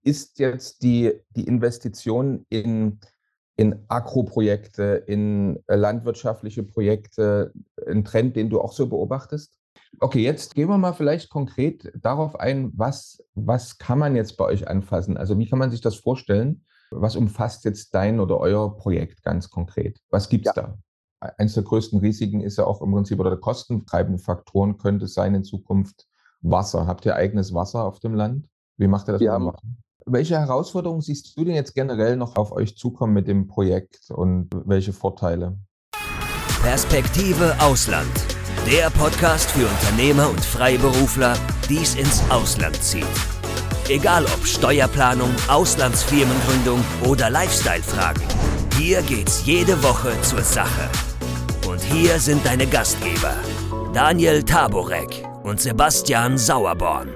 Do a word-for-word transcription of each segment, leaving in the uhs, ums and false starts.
Ist jetzt die, die Investition in, in Agroprojekte, in äh, landwirtschaftliche Projekte ein Trend, den du auch so beobachtest? Okay, jetzt gehen wir mal vielleicht konkret darauf ein, was, was kann man jetzt bei euch anfassen? Also wie kann man sich das vorstellen? Was umfasst jetzt dein oder euer Projekt ganz konkret? Was gibt's Ja, da? Eines der größten Risiken ist ja auch im Prinzip, oder der kostentreibenden Faktoren könnte sein in Zukunft Wasser. Habt ihr eigenes Wasser auf dem Land? Wie macht ihr das wir mit dem haben, Wasser? Welche Herausforderungen siehst du denn jetzt generell noch auf euch zukommen mit dem Projekt und welche Vorteile? Perspektive Ausland. Der Podcast für Unternehmer und Freiberufler, die es ins Ausland zieht. Egal ob Steuerplanung, Auslandsfirmengründung oder Lifestyle-Fragen. Hier geht's jede Woche zur Sache. Und hier sind deine Gastgeber, Daniel Taborek und Sebastian Sauerborn.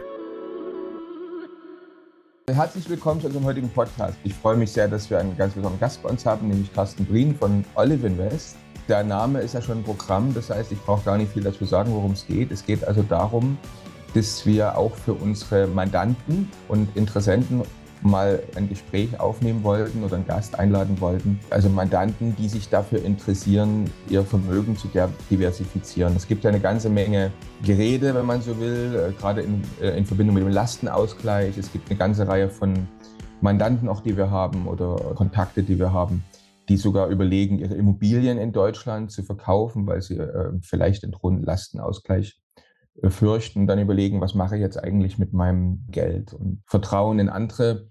Herzlich willkommen zu unserem heutigen Podcast. Ich freue mich sehr, dass wir einen ganz besonderen Gast bei uns haben, nämlich Carsten Brien von Olive Invest. Der Name ist ja schon ein Programm, das heißt, ich brauche gar nicht viel dazu sagen, worum es geht. Es geht also darum, dass wir auch für unsere Mandanten und Interessenten mal ein Gespräch aufnehmen wollten oder einen Gast einladen wollten. Also Mandanten, die sich dafür interessieren, ihr Vermögen zu diversifizieren. Es gibt ja eine ganze Menge Gerede, wenn man so will, gerade in, in Verbindung mit dem Lastenausgleich. Es gibt eine ganze Reihe von Mandanten auch, die wir haben oder Kontakte, die wir haben, die sogar überlegen, ihre Immobilien in Deutschland zu verkaufen, weil sie äh, vielleicht den hohen Lastenausgleich fürchten, dann überlegen, was mache ich jetzt eigentlich mit meinem Geld? Und Vertrauen in andere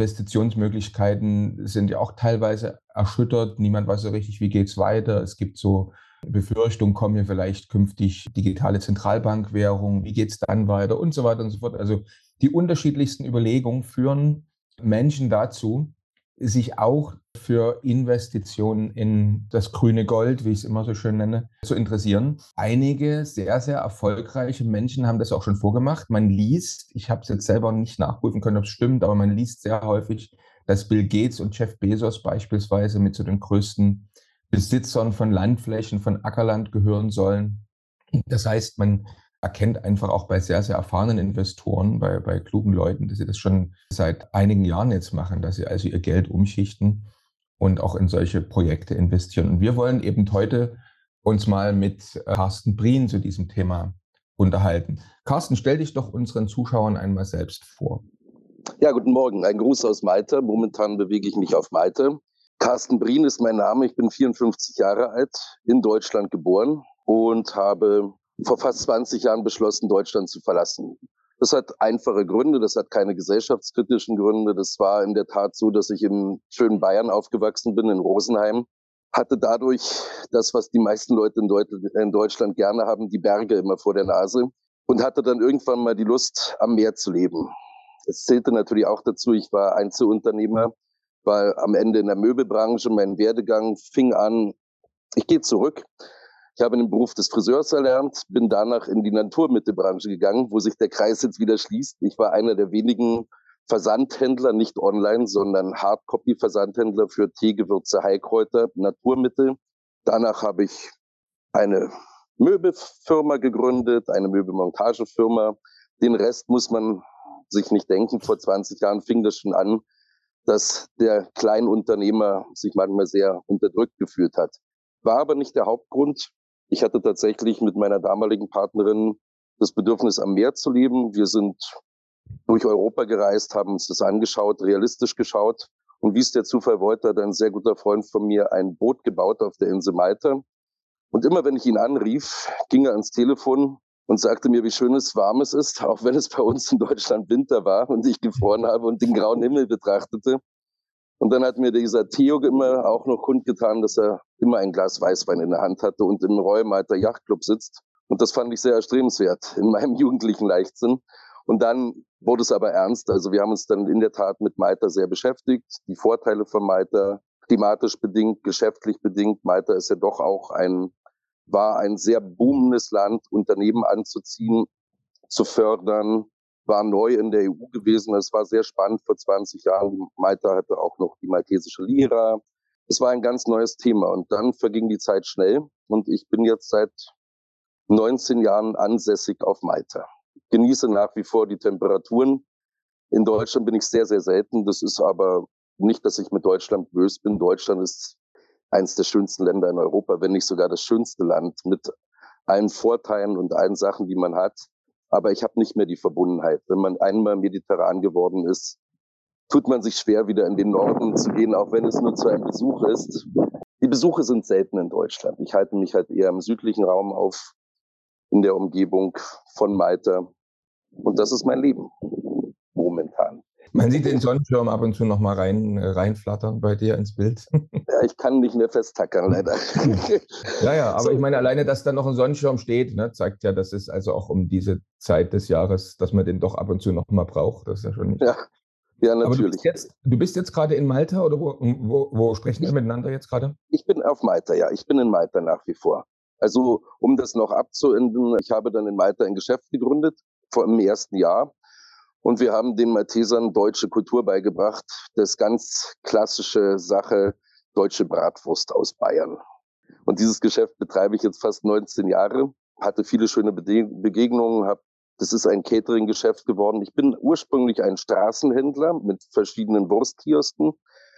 Investitionsmöglichkeiten sind ja auch teilweise erschüttert. Niemand weiß so richtig, wie geht es weiter. Es gibt so Befürchtungen, kommen hier vielleicht künftig digitale Zentralbankwährungen, wie geht es dann weiter und so weiter und so fort. Also die unterschiedlichsten Überlegungen führen Menschen dazu, sich auch für Investitionen in das grüne Gold, wie ich es immer so schön nenne, zu interessieren. Einige sehr, sehr erfolgreiche Menschen haben das auch schon vorgemacht. Man liest, ich habe es jetzt selber nicht nachprüfen können, ob es stimmt, aber man liest sehr häufig, dass Bill Gates und Jeff Bezos beispielsweise mit zu den größten Besitzern von Landflächen, von Ackerland gehören sollen. Das heißt, man erkennt einfach auch bei sehr, sehr erfahrenen Investoren, bei, bei klugen Leuten, dass sie das schon seit einigen Jahren jetzt machen, dass sie also ihr Geld umschichten und auch in solche Projekte investieren. Und wir wollen eben heute uns mal mit Carsten Brien zu diesem Thema unterhalten. Carsten, stell dich doch unseren Zuschauern einmal selbst vor. ja, guten Morgen. Ein Gruß aus Malta. Momentan bewege ich mich auf Malta. Carsten Brien ist mein Name. Ich bin vierundfünfzig Jahre alt, in Deutschland geboren und habe vor fast zwanzig Jahren beschlossen, Deutschland zu verlassen. Das hat einfache Gründe, das hat keine gesellschaftskritischen Gründe. Das war in der Tat so, dass ich im schönen Bayern aufgewachsen bin, in Rosenheim. Hatte dadurch das, was die meisten Leute in, Deut in Deutschland gerne haben, die Berge immer vor der Nase. Und hatte dann irgendwann mal die Lust, am Meer zu leben. Es zählte natürlich auch dazu, ich war Einzelunternehmer, war am Ende in der Möbelbranche. Mein Werdegang fing an, ich gehe zurück. Ich habe den Beruf des Friseurs erlernt, bin danach in die Naturmittelbranche gegangen, wo sich der Kreis jetzt wieder schließt. Ich war einer der wenigen Versandhändler, nicht online, sondern Hardcopy-Versandhändler für Tee, Gewürze, Heilkräuter, Naturmittel. Danach habe ich eine Möbelfirma gegründet, eine Möbelmontagefirma. Den Rest muss man sich nicht denken. Vor zwanzig Jahren fing das schon an, dass der Kleinunternehmer sich manchmal sehr unterdrückt gefühlt hat. War aber nicht der Hauptgrund. Ich hatte tatsächlich mit meiner damaligen Partnerin das Bedürfnis, am Meer zu leben. Wir sind durch Europa gereist, haben uns das angeschaut, realistisch geschaut. Und wie es der Zufall wollte, hat ein sehr guter Freund von mir ein Boot gebaut auf der Insel Malta. Und immer wenn ich ihn anrief, ging er ans Telefon und sagte mir, wie schön es warm es ist, auch wenn es bei uns in Deutschland Winter war und ich gefroren habe und den grauen Himmel betrachtete. Und dann hat mir dieser Theo immer auch noch kundgetan, dass er immer ein Glas Weißwein in der Hand hatte und im Royal Malta Yachtclub sitzt. Und das fand ich sehr erstrebenswert in meinem jugendlichen Leichtsinn. Und dann wurde es aber ernst. Also wir haben uns dann in der Tat mit Malta sehr beschäftigt. Die Vorteile von Malta, klimatisch bedingt, geschäftlich bedingt. Malta ist ja doch auch ein, war ein sehr boomendes Land, Unternehmen anzuziehen, zu fördern, war neu in der E U gewesen. Es war sehr spannend vor zwanzig Jahren. Malta hatte auch noch die maltesische Lira. Es war ein ganz neues Thema. Und dann verging die Zeit schnell. Und ich bin jetzt seit neunzehn Jahren ansässig auf Malta. Genieße nach wie vor die Temperaturen. In Deutschland bin ich sehr, sehr selten. Das ist aber nicht, dass ich mit Deutschland böse bin. Deutschland ist eines der schönsten Länder in Europa, wenn nicht sogar das schönste Land, mit allen Vorteilen und allen Sachen, die man hat. Aber ich habe nicht mehr die Verbundenheit. Wenn man einmal mediterran geworden ist, tut man sich schwer, wieder in den Norden zu gehen, auch wenn es nur zu einem Besuch ist. Die Besuche sind selten in Deutschland. Ich halte mich halt eher im südlichen Raum auf, in der Umgebung von Malta. Und das ist mein Leben momentan. Man sieht den Sonnenschirm ab und zu noch mal rein, reinflattern bei dir ins Bild. Ja, ich kann nicht mehr festtackern, leider. Ja, ja, aber so. Ich meine, alleine, dass da noch ein Sonnenschirm steht, ne, zeigt ja, dass es also auch um diese Zeit des Jahres, dass man den doch ab und zu noch mal braucht. Das ist ja schon nicht. Ja, ja, natürlich. Aber du bist jetzt, du bist jetzt gerade in Malta oder wo, wo, wo sprechen wir miteinander jetzt gerade? Ich bin auf Malta, ja. Ich bin in Malta nach wie vor. Also, um das noch abzuenden, ich habe dann in Malta ein Geschäft gegründet, vor im ersten Jahr. Und wir haben den Maltesern deutsche Kultur beigebracht. Das ganz klassische Sache, deutsche Bratwurst aus Bayern. Und dieses Geschäft betreibe ich jetzt fast neunzehn Jahre, hatte viele schöne Begegnungen, hab, das ist ein Catering-Geschäft geworden. Ich bin ursprünglich ein Straßenhändler mit verschiedenen Wurstkiosken.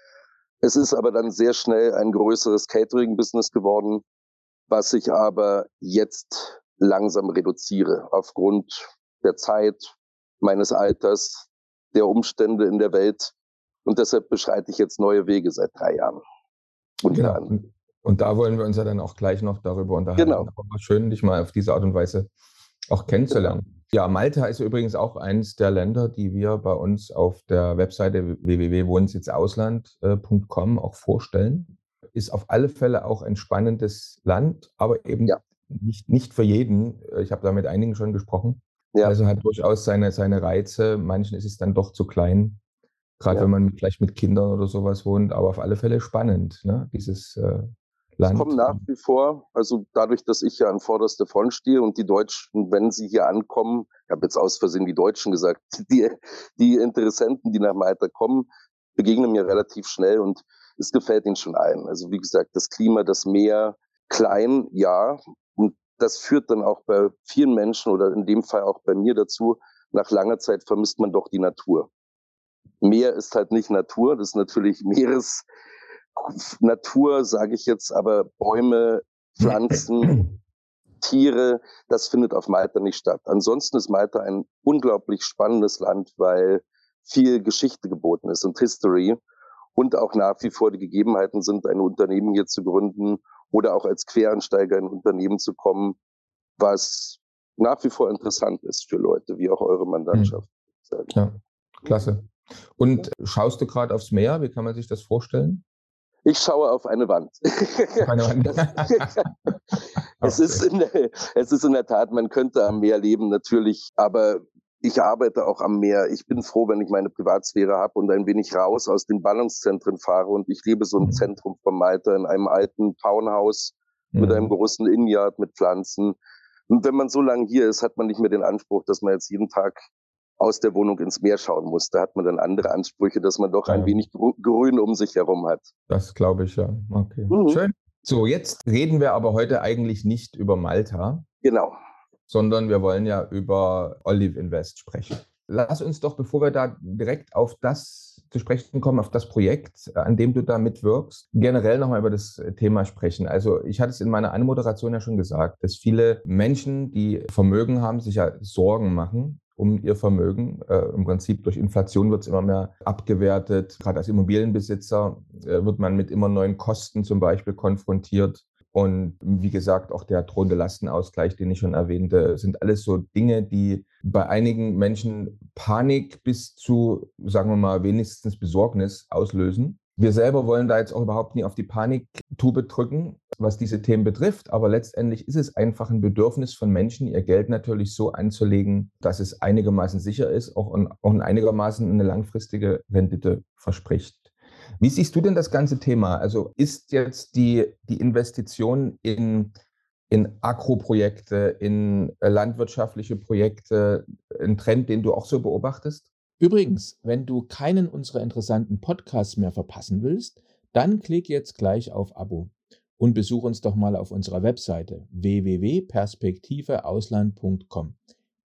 Es ist aber dann sehr schnell ein größeres Catering-Business geworden, was ich aber jetzt langsam reduziere aufgrund der Zeit, meines Alters, der Umstände in der Welt. Und deshalb beschreite ich jetzt neue Wege seit drei Jahren. Genau. Und, und da wollen wir uns ja dann auch gleich noch darüber unterhalten. Genau. Aber schön, dich mal auf diese Art und Weise auch kennenzulernen. Genau. Ja, Malta ist übrigens auch eines der Länder, die wir bei uns auf der Webseite w w w punkt wohnsitzausland punkt com auch vorstellen. Ist auf alle Fälle auch ein spannendes Land, aber eben ja. nicht, nicht für jeden. Ich habe da mit einigen schon gesprochen. Ja. Also hat durchaus seine, seine Reize. Manchen ist es dann doch zu klein, gerade ja. wenn man vielleicht mit Kindern oder sowas wohnt. Aber auf alle Fälle spannend, ne? Dieses äh, Land. Es kommt nach wie vor, also dadurch, dass ich ja an vorderster Front stehe und die Deutschen, wenn sie hier ankommen, ich habe jetzt aus Versehen die Deutschen gesagt, die, die Interessenten, die nach Malta kommen, begegnen mir relativ schnell und es gefällt ihnen schon allen. Also wie gesagt, das Klima, das Meer, klein, ja, und das führt dann auch bei vielen Menschen oder in dem Fall auch bei mir dazu, nach langer Zeit vermisst man doch die Natur. Meer ist halt nicht Natur, das ist natürlich Meeresnatur, sage ich jetzt, aber Bäume, Pflanzen, Tiere, das findet auf Malta nicht statt. Ansonsten ist Malta ein unglaublich spannendes Land, weil viel Geschichte geboten ist und History und auch nach wie vor die Gegebenheiten sind, ein Unternehmen hier zu gründen oder auch als Quereinsteiger in ein Unternehmen zu kommen, was nach wie vor interessant ist für Leute, wie auch eure Mandantschaft. Hm. Ja, klasse. Und schaust du gerade aufs Meer? Wie kann man sich das vorstellen? Ich schaue auf eine Wand. Auf eine Wand. es, ist in der, es ist in der Tat, man könnte am Meer leben natürlich, aber ich arbeite auch am Meer. Ich bin froh, wenn ich meine Privatsphäre habe und ein wenig raus aus den Ballungszentren fahre. Und ich lebe so im mhm. Zentrum von Malta in einem alten Townhouse mhm. mit einem großen Innyard mit Pflanzen. Und wenn man so lange hier ist, hat man nicht mehr den Anspruch, dass man jetzt jeden Tag aus der Wohnung ins Meer schauen muss. Da hat man dann andere Ansprüche, dass man doch ja. ein wenig Grün um sich herum hat. Das glaube ich, ja. Okay, mhm. schön. So, jetzt reden wir aber heute eigentlich nicht über Malta. Genau. Sondern wir wollen ja über Olive Invest sprechen. Lass uns doch, bevor wir da direkt auf das zu sprechen kommen, auf das Projekt, an dem du da mitwirkst, generell nochmal über das Thema sprechen. Also ich hatte es in meiner Anmoderation ja schon gesagt, dass viele Menschen, die Vermögen haben, sich ja Sorgen machen um ihr Vermögen. Äh, im Prinzip durch Inflation wird es immer mehr abgewertet. Gerade als Immobilienbesitzer äh, wird man mit immer neuen Kosten zum Beispiel konfrontiert. Und wie gesagt, auch der drohende Lastenausgleich, den ich schon erwähnte, sind alles so Dinge, die bei einigen Menschen Panik bis zu, sagen wir mal, wenigstens Besorgnis auslösen. Wir selber wollen da jetzt auch überhaupt nie auf die Paniktube drücken, was diese Themen betrifft. Aber letztendlich ist es einfach ein Bedürfnis von Menschen, ihr Geld natürlich so anzulegen, dass es einigermaßen sicher ist, auch, in, auch in einigermaßen eine langfristige Rendite verspricht. Wie siehst du denn das ganze Thema? Also ist jetzt die, die Investition in, in Agroprojekte, in landwirtschaftliche Projekte ein Trend, den du auch so beobachtest? Übrigens, wenn du keinen unserer interessanten Podcasts mehr verpassen willst, dann klick jetzt gleich auf Abo und besuch uns doch mal auf unserer Webseite w w w punkt perspektive ausland punkt com.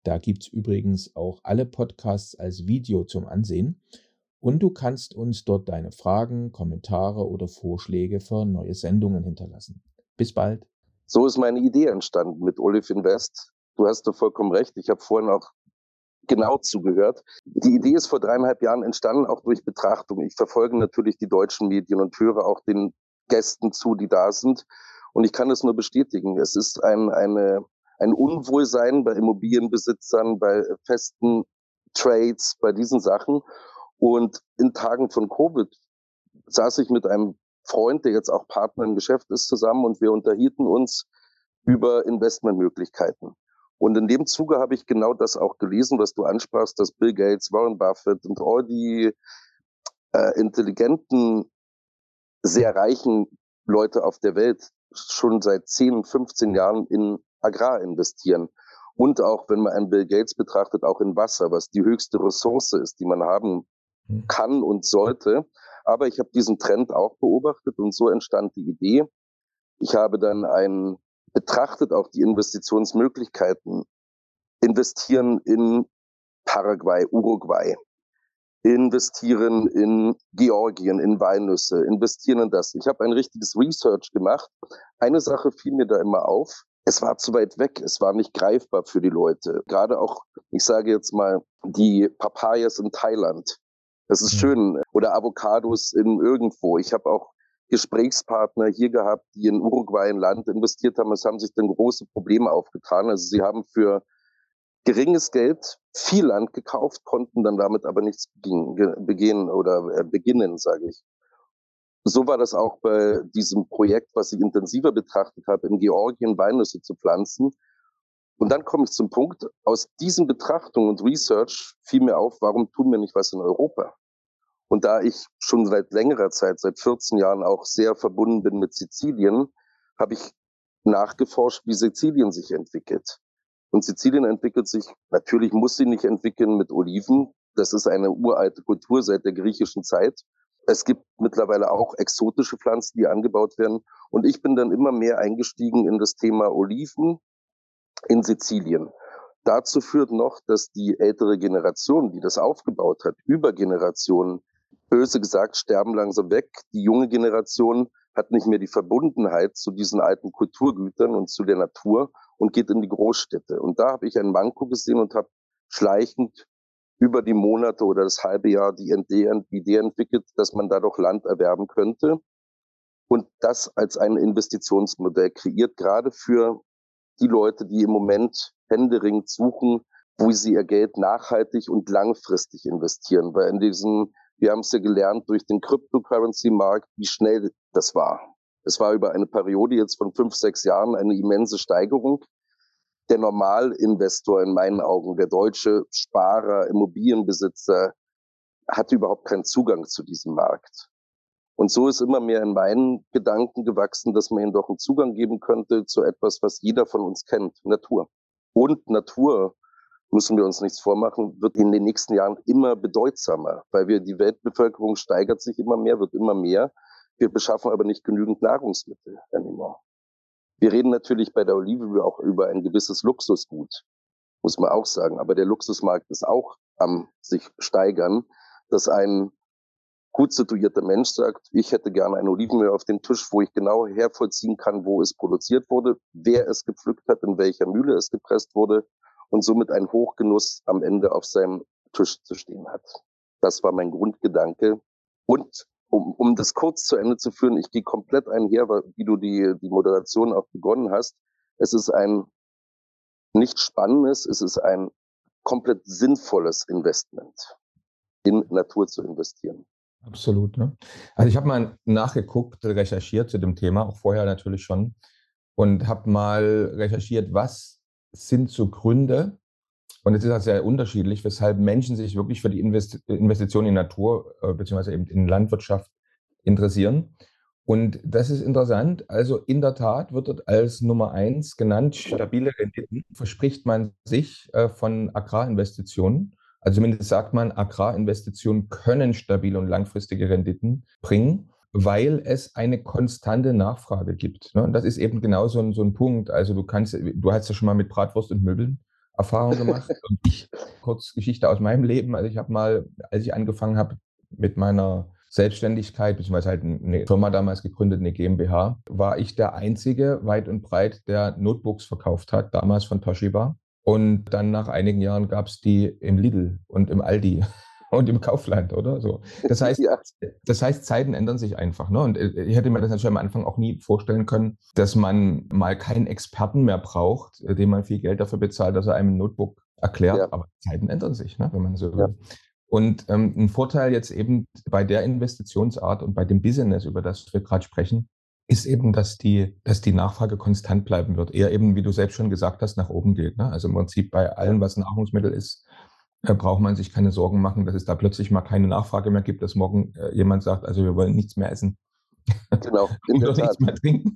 Da gibt es übrigens auch alle Podcasts als Video zum Ansehen. Und du kannst uns dort deine Fragen, Kommentare oder Vorschläge für neue Sendungen hinterlassen. Bis bald. So ist meine Idee entstanden mit Olive Invest. Du hast doch vollkommen recht. Ich habe vorhin auch genau zugehört. Die Idee ist vor dreieinhalb Jahren entstanden, auch durch Betrachtung. Ich verfolge natürlich die deutschen Medien und höre auch den Gästen zu, die da sind. Und ich kann das nur bestätigen. Es ist ein, eine, ein Unwohlsein bei Immobilienbesitzern, bei festen Trades, bei diesen Sachen. Und in Tagen von Covid saß ich mit einem Freund, der jetzt auch Partner im Geschäft ist, zusammen und wir unterhielten uns über Investmentmöglichkeiten. Und in dem Zuge habe ich genau das auch gelesen, was du ansprachst, dass Bill Gates, Warren Buffett und all die äh, intelligenten, sehr reichen Leute auf der Welt schon seit zehn, fünfzehn Jahren in Agrar investieren. Und auch, wenn man einen Bill Gates betrachtet, auch in Wasser, was die höchste Ressource ist, die man haben kann und sollte. Aber ich habe diesen Trend auch beobachtet und so entstand die Idee. Ich habe dann ein, betrachtet auch die Investitionsmöglichkeiten, investieren in Paraguay, Uruguay, investieren in Georgien, in Walnüsse, investieren in das. Ich habe ein richtiges Research gemacht. Eine Sache fiel mir da immer auf. Es war zu weit weg, es war nicht greifbar für die Leute. Gerade auch, ich sage jetzt mal, die Papayas in Thailand. Das ist schön. Oder Avocados in irgendwo. Ich habe auch Gesprächspartner hier gehabt, die in Uruguay ein Land investiert haben. Es haben sich dann große Probleme aufgetan. Also sie haben für geringes Geld viel Land gekauft, konnten dann damit aber nichts begehen oder beginnen, sage ich. So war das auch bei diesem Projekt, was ich intensiver betrachtet habe, in Georgien Walnüsse zu pflanzen. Und dann komme ich zum Punkt, aus diesen Betrachtungen und Research fiel mir auf, warum tun wir nicht was in Europa? Und da ich schon seit längerer Zeit, seit vierzehn Jahren auch sehr verbunden bin mit Sizilien, habe ich nachgeforscht, wie Sizilien sich entwickelt. Und Sizilien entwickelt sich, natürlich muss sie nicht entwickeln mit Oliven. Das ist eine uralte Kultur seit der griechischen Zeit. Es gibt mittlerweile auch exotische Pflanzen, die angebaut werden. Und ich bin dann immer mehr eingestiegen in das Thema Oliven in Sizilien. Dazu führt noch, dass die ältere Generation, die das aufgebaut hat, über Generationen, böse gesagt, sterben langsam weg. Die junge Generation hat nicht mehr die Verbundenheit zu diesen alten Kulturgütern und zu der Natur und geht in die Großstädte. Und da habe ich ein Manko gesehen und habe schleichend über die Monate oder das halbe Jahr die Idee entwickelt, dass man da doch Land erwerben könnte und das als ein Investitionsmodell kreiert, gerade für die Leute, die im Moment händeringend suchen, wo sie ihr Geld nachhaltig und langfristig investieren. Weil in diesem, wir haben es ja gelernt durch den Cryptocurrency-Markt, wie schnell das war. Es war über eine Periode jetzt von fünf, sechs Jahren eine immense Steigerung. Der Normalinvestor in meinen Augen, der deutsche Sparer, Immobilienbesitzer, hatte überhaupt keinen Zugang zu diesem Markt. Und so ist immer mehr in meinen Gedanken gewachsen, dass man ihnen doch einen Zugang geben könnte zu etwas, was jeder von uns kennt, Natur. Und Natur, müssen wir uns nichts vormachen, wird in den nächsten Jahren immer bedeutsamer, weil wir, die Weltbevölkerung steigert sich immer mehr, wird immer mehr. Wir beschaffen aber nicht genügend Nahrungsmittel anymore. Wir reden natürlich bei der Olive auch über ein gewisses Luxusgut, muss man auch sagen. Aber der Luxusmarkt ist auch am sich steigern, dass ein gut situierter Mensch sagt, ich hätte gerne ein Olivenöl auf dem Tisch, wo ich genau hervollziehen kann, wo es produziert wurde, wer es gepflückt hat, in welcher Mühle es gepresst wurde und somit ein Hochgenuss am Ende auf seinem Tisch zu stehen hat. Das war mein Grundgedanke. Und um, um das kurz zu Ende zu führen, ich gehe komplett einher, wie du die, die Moderation auch begonnen hast. Es ist ein nicht spannendes, es ist ein komplett sinnvolles Investment, in Natur zu investieren. Absolut. Ne? Also ich habe mal nachgeguckt, recherchiert zu dem Thema, auch vorher natürlich schon, und habe mal recherchiert, was sind so Gründe, und es ist halt sehr unterschiedlich, weshalb Menschen sich wirklich für die Invest- Investition in Natur äh, beziehungsweise eben in Landwirtschaft interessieren. Und das ist interessant. Also in der Tat wird dort als Nummer eins genannt, stabile Renditen verspricht man sich äh, von Agrarinvestitionen. Also zumindest sagt man, Agrarinvestitionen können stabile und langfristige Renditen bringen, weil es eine konstante Nachfrage gibt. Und das ist eben genau so ein, so ein Punkt. Also du kannst, du hast ja schon mal mit Bratwurst und Möbeln Erfahrung gemacht. Und ich, kurz Geschichte aus meinem Leben. Also ich habe mal, als ich angefangen habe mit meiner Selbstständigkeit, beziehungsweise halt eine Firma damals gegründet, eine GmbH, war ich der Einzige weit und breit, der Notebooks verkauft hat, damals von Toshiba. Und dann nach einigen Jahren gab es die im Lidl und im Aldi und im Kaufland, oder so. Das heißt, Ja. das heißt, Zeiten ändern sich einfach. Ne? Und ich hätte mir das natürlich am Anfang auch nie vorstellen können, dass man mal keinen Experten mehr braucht, dem man viel Geld dafür bezahlt, dass er einem ein Notebook erklärt. Ja. Aber Zeiten ändern sich, ne? Wenn man so will. Ja. Und ähm, ein Vorteil jetzt eben bei der Investitionsart und bei dem Business, über das wir gerade sprechen, ist eben, dass die, dass die Nachfrage konstant bleiben wird. Eher eben, wie du selbst schon gesagt hast, nach oben geht. Ne? Also im Prinzip bei allem, was Nahrungsmittel ist, äh, braucht man sich keine Sorgen machen, dass es da plötzlich mal keine Nachfrage mehr gibt, dass morgen äh, jemand sagt, also wir wollen nichts mehr essen. Genau, in der Oder Tat. nichts mehr trinken.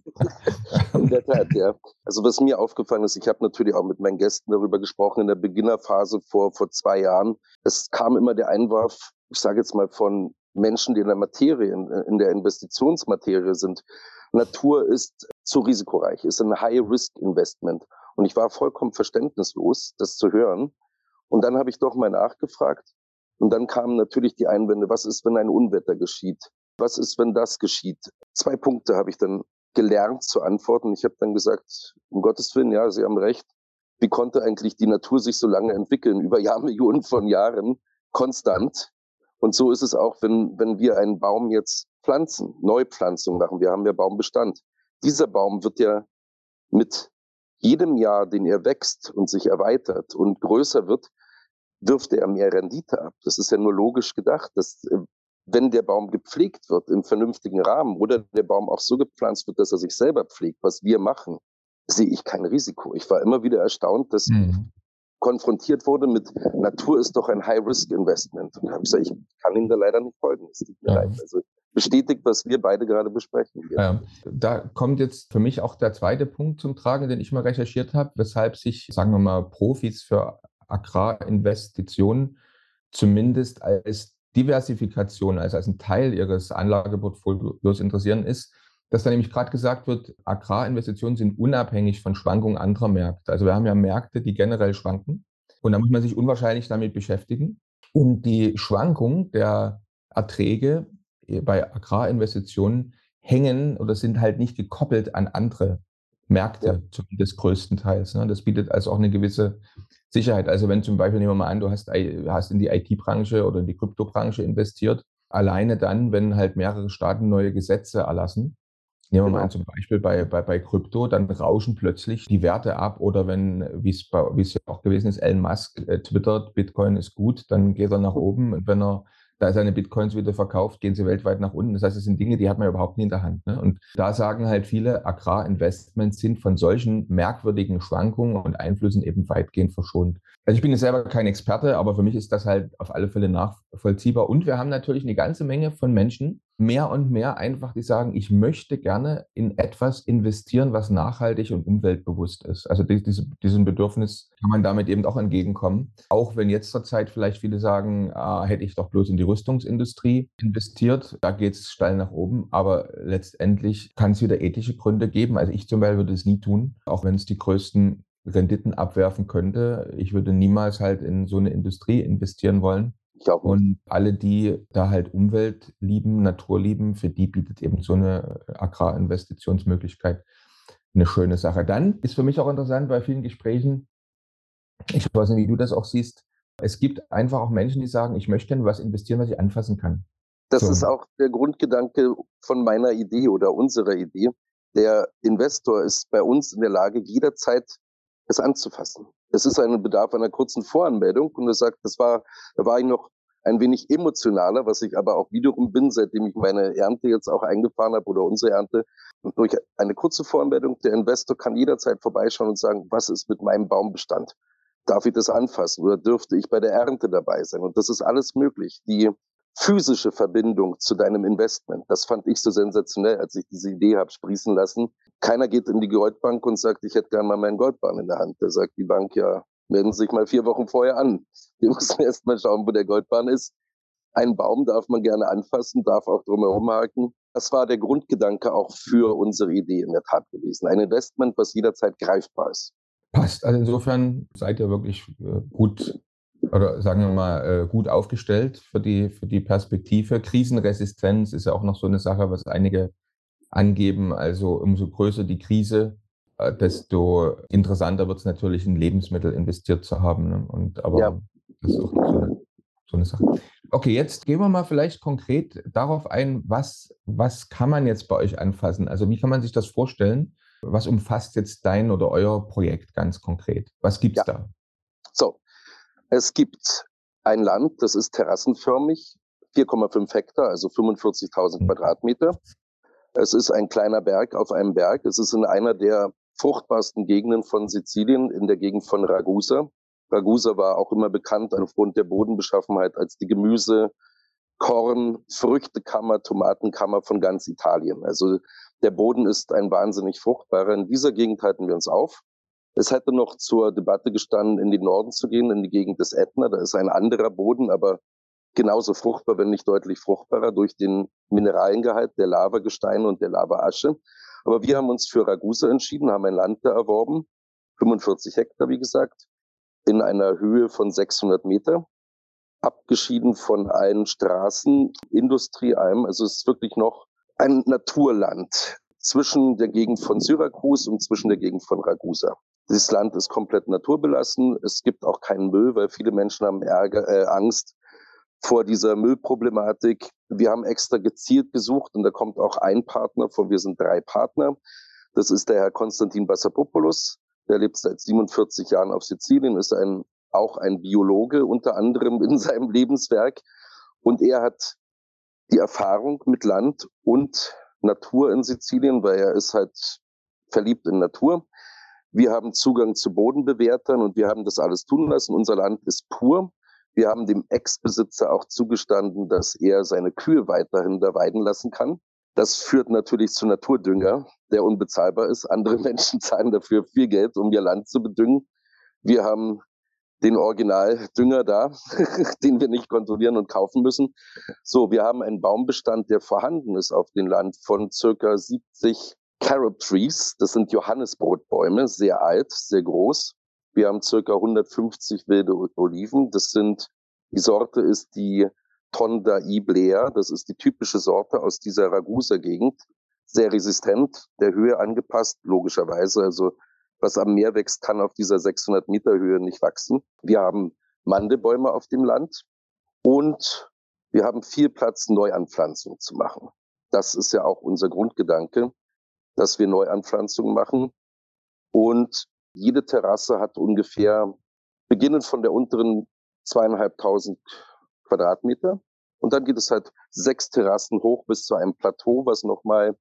In der Tat, ja. Also was mir aufgefallen ist, ich habe natürlich auch mit meinen Gästen darüber gesprochen in der Beginnerphase vor, vor zwei Jahren. Es kam immer der Einwurf, ich sage jetzt mal von Menschen, die in der Materie, in, in der Investitionsmaterie sind. Natur ist zu risikoreich, ist ein High-Risk-Investment. Und ich war vollkommen verständnislos, das zu hören. Und dann habe ich doch mal nachgefragt. Und dann kamen natürlich die Einwände, was ist, wenn ein Unwetter geschieht? Was ist, wenn das geschieht? Zwei Punkte habe ich dann gelernt zu antworten. Ich habe dann gesagt, um Gottes Willen, ja, Sie haben recht. Wie konnte eigentlich die Natur sich so lange entwickeln? Über Jahrmillionen von Jahren, konstant. Und so ist es auch, wenn, wenn wir einen Baum jetzt pflanzen, Neupflanzung machen. Wir haben ja Baumbestand. Dieser Baum wird ja mit jedem Jahr, den er wächst und sich erweitert und größer wird, wirft er mehr Rendite ab. Das ist ja nur logisch gedacht, dass wenn der Baum gepflegt wird im vernünftigen Rahmen oder der Baum auch so gepflanzt wird, dass er sich selber pflegt, was wir machen, sehe ich kein Risiko. Ich war immer wieder erstaunt, dass mhm. konfrontiert wurde mit Natur ist doch ein High-Risk-Investment. Und da habe ich gesagt, ich kann Ihnen da leider nicht folgen. Es tut mir Ja. leid. Also bestätigt, was wir beide gerade besprechen. Ja, da kommt jetzt für mich auch der zweite Punkt zum Tragen, den ich mal recherchiert habe, weshalb sich, sagen wir mal, Profis für Agrarinvestitionen zumindest als Diversifikation, also als ein Teil ihres Anlageportfolios interessieren, ist, dass da nämlich gerade gesagt wird, Agrarinvestitionen sind unabhängig von Schwankungen anderer Märkte. Also wir haben ja Märkte, die generell schwanken und da muss man sich unwahrscheinlich damit beschäftigen. Und die Schwankung der Erträge bei Agrarinvestitionen hängen oder sind halt nicht gekoppelt an andere Märkte, ja. Zumindest größtenteils. Ne? Das bietet also auch eine gewisse Sicherheit. Also wenn zum Beispiel, nehmen wir mal an, du hast, hast in die I T-Branche oder in die Kryptobranche investiert, alleine dann, wenn halt mehrere Staaten neue Gesetze erlassen, nehmen wir genau. mal an, zum Beispiel bei, bei, bei Krypto, dann rauschen plötzlich die Werte ab oder wenn, wie es bei, wie es ja auch gewesen ist, Elon Musk äh, twittert, Bitcoin ist gut, dann geht er nach oben und wenn er da seine Bitcoins wieder verkauft, gehen sie weltweit nach unten. Das heißt, es sind Dinge, die hat man überhaupt nie in der Hand. Ne? Und da sagen halt viele, Agrarinvestments sind von solchen merkwürdigen Schwankungen und Einflüssen eben weitgehend verschont. Also ich bin jetzt selber kein Experte, aber für mich ist das halt auf alle Fälle nachvollziehbar. Und wir haben natürlich eine ganze Menge von Menschen, mehr und mehr einfach, die sagen, ich möchte gerne in etwas investieren, was nachhaltig und umweltbewusst ist. Also die, diese, diesem Bedürfnis kann man damit eben auch entgegenkommen. Auch wenn jetzt zur Zeit vielleicht viele sagen, ah, hätte ich doch bloß in die Rüstungsindustrie investiert, da geht es steil nach oben. Aber letztendlich kann es wieder ethische Gründe geben. Also ich zum Beispiel würde es nie tun, auch wenn es die größten Renditen abwerfen könnte. Ich würde niemals halt in so eine Industrie investieren wollen. Ich auch nicht. Und alle, die da halt Umwelt lieben, Natur lieben, für die bietet eben so eine Agrarinvestitionsmöglichkeit eine schöne Sache. Dann ist für mich auch interessant bei vielen Gesprächen, ich weiß nicht, wie du das auch siehst, es gibt einfach auch Menschen, die sagen, ich möchte in was investieren, was ich anfassen kann. Das so. ist auch der Grundgedanke von meiner Idee oder unserer Idee. Der Investor ist bei uns in der Lage, jederzeit es anzufassen. Es ist ein Bedarf einer kurzen Voranmeldung und er sagt, das war, da war ich noch ein wenig emotionaler, was ich aber auch wiederum bin, seitdem ich meine Ernte jetzt auch eingefahren habe oder unsere Ernte. Und durch eine kurze Voranmeldung, der Investor kann jederzeit vorbeischauen und sagen, was ist mit meinem Baumbestand? Darf ich das anfassen oder dürfte ich bei der Ernte dabei sein? Und das ist alles möglich. Die physische Verbindung zu deinem Investment, das fand ich so sensationell, als ich diese Idee habe sprießen lassen. Keiner geht in die Goldbank und sagt, ich hätte gerne mal meinen Goldbarren in der Hand. Da sagt die Bank, ja, melden Sie sich mal vier Wochen vorher an. Wir müssen erst mal schauen, wo der Goldbarren ist. Einen Baum darf man gerne anfassen, darf auch drumherum haken. Das war der Grundgedanke auch für unsere Idee in der Tat gewesen. Ein Investment, was jederzeit greifbar ist. Passt. Also insofern seid ihr wirklich äh, gut, oder sagen wir mal, äh, gut aufgestellt für die, für die Perspektive. Krisenresistenz ist ja auch noch so eine Sache, was einige angeben. Also umso größer die Krise, äh, desto interessanter wird es natürlich, in Lebensmittel investiert zu haben. Ne? Und Ja, aber das ist auch so eine, so eine Sache. Okay, jetzt gehen wir mal vielleicht konkret darauf ein, was, was kann man jetzt bei euch anfassen? Also wie kann man sich das vorstellen? Was umfasst jetzt dein oder euer Projekt ganz konkret? Was gibt's ja. da? So, es gibt ein Land, das ist terrassenförmig, vier Komma fünf Hektar, also fünfundvierzigtausend Quadratmeter. Es ist ein kleiner Berg auf einem Berg. Es ist in einer der fruchtbarsten Gegenden von Sizilien, in der Gegend von Ragusa. Ragusa war auch immer bekannt aufgrund der Bodenbeschaffenheit als die Gemüse-, Korn-, Früchtekammer, Tomatenkammer von ganz Italien. Also der Boden ist ein wahnsinnig fruchtbarer. In dieser Gegend halten wir uns auf. Es hätte noch zur Debatte gestanden, in den Norden zu gehen, in die Gegend des Ätna. Da ist ein anderer Boden, aber genauso fruchtbar, wenn nicht deutlich fruchtbarer, durch den Mineraliengehalt der Lavagesteine und der Lavaasche. Aber wir haben uns für Ragusa entschieden, haben ein Land da erworben, fünfundvierzig Hektar, wie gesagt, in einer Höhe von sechshundert Meter, abgeschieden von allen Straßen, Industrie, allem. Also es ist wirklich noch ein Naturland zwischen der Gegend von Syrakus und zwischen der Gegend von Ragusa. Dieses Land ist komplett naturbelassen. Es gibt auch keinen Müll, weil viele Menschen haben Ärger, äh, Angst vor dieser Müllproblematik. Wir haben extra gezielt gesucht und da kommt auch ein Partner vor. Wir sind drei Partner. Das ist der Herr Konstantin Bassapopoulos. Der lebt seit siebenundvierzig Jahren auf Sizilien, ist ein, auch ein Biologe unter anderem in seinem Lebenswerk. Und er hat die Erfahrung mit Land und Natur in Sizilien, weil er ist halt verliebt in Natur. Wir haben Zugang zu Bodenbewertern und wir haben das alles tun lassen. Unser Land ist pur. Wir haben dem Ex-Besitzer auch zugestanden, dass er seine Kühe weiterhin da weiden lassen kann. Das führt natürlich zu Naturdünger, der unbezahlbar ist. Andere Menschen zahlen dafür viel Geld, um ihr Land zu bedüngen. Wir haben den Originaldünger da, den wir nicht kontrollieren und kaufen müssen. So, wir haben einen Baumbestand, der vorhanden ist auf dem Land von circa siebzig Carob Trees. Das sind Johannisbrotbäume, sehr alt, sehr groß. Wir haben circa hundertfünfzig wilde Oliven. Das sind, die Sorte ist die Tonda Iblea. Das ist die typische Sorte aus dieser Ragusa-Gegend. Sehr resistent, der Höhe angepasst, logischerweise. Also was am Meer wächst, kann auf dieser sechshundert Meter Höhe nicht wachsen. Wir haben Mandelbäume auf dem Land und wir haben viel Platz, Neuanpflanzung zu machen. Das ist ja auch unser Grundgedanke, dass wir Neuanpflanzungen machen. Und jede Terrasse hat ungefähr, beginnend von der unteren zweieinhalbtausend Quadratmeter. Und dann geht es halt sechs Terrassen hoch bis zu einem Plateau, was nochmal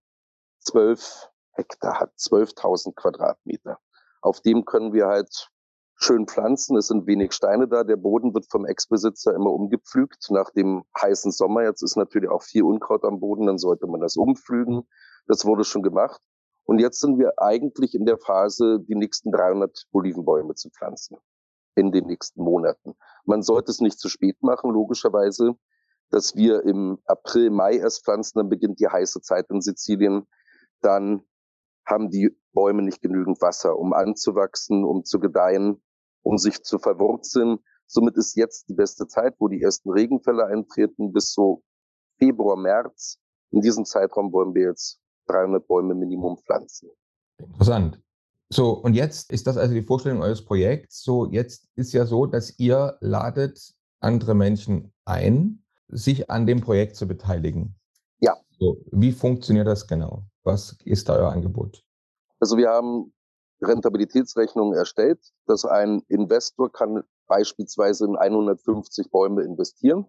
zwölf Hektar hat, zwölftausend Quadratmeter. Auf dem können wir halt schön pflanzen. Es sind wenig Steine da. Der Boden wird vom Ex-Besitzer immer umgepflügt. Nach dem heißen Sommer jetzt ist natürlich auch viel Unkraut am Boden. Dann sollte man das umpflügen. Das wurde schon gemacht. Und jetzt sind wir eigentlich in der Phase, die nächsten dreihundert Olivenbäume zu pflanzen. In den nächsten Monaten. Man sollte es nicht zu spät machen, logischerweise, dass wir im April, Mai erst pflanzen. Dann beginnt die heiße Zeit in Sizilien. Dann haben die Bäume nicht genügend Wasser, um anzuwachsen, um zu gedeihen, um sich zu verwurzeln. Somit ist jetzt die beste Zeit, wo die ersten Regenfälle eintreten, bis so Februar, März. In diesem Zeitraum wollen wir jetzt dreihundert Bäume Minimum pflanzen. Interessant. So, und jetzt ist das also die Vorstellung eures Projekts. So, jetzt ist ja so, dass ihr ladet andere Menschen ein, sich an dem Projekt zu beteiligen. Ja. So, wie funktioniert das genau? Was ist da euer Angebot? Also wir haben Rentabilitätsrechnungen erstellt, dass ein Investor kann beispielsweise in hundertfünfzig Bäume investieren.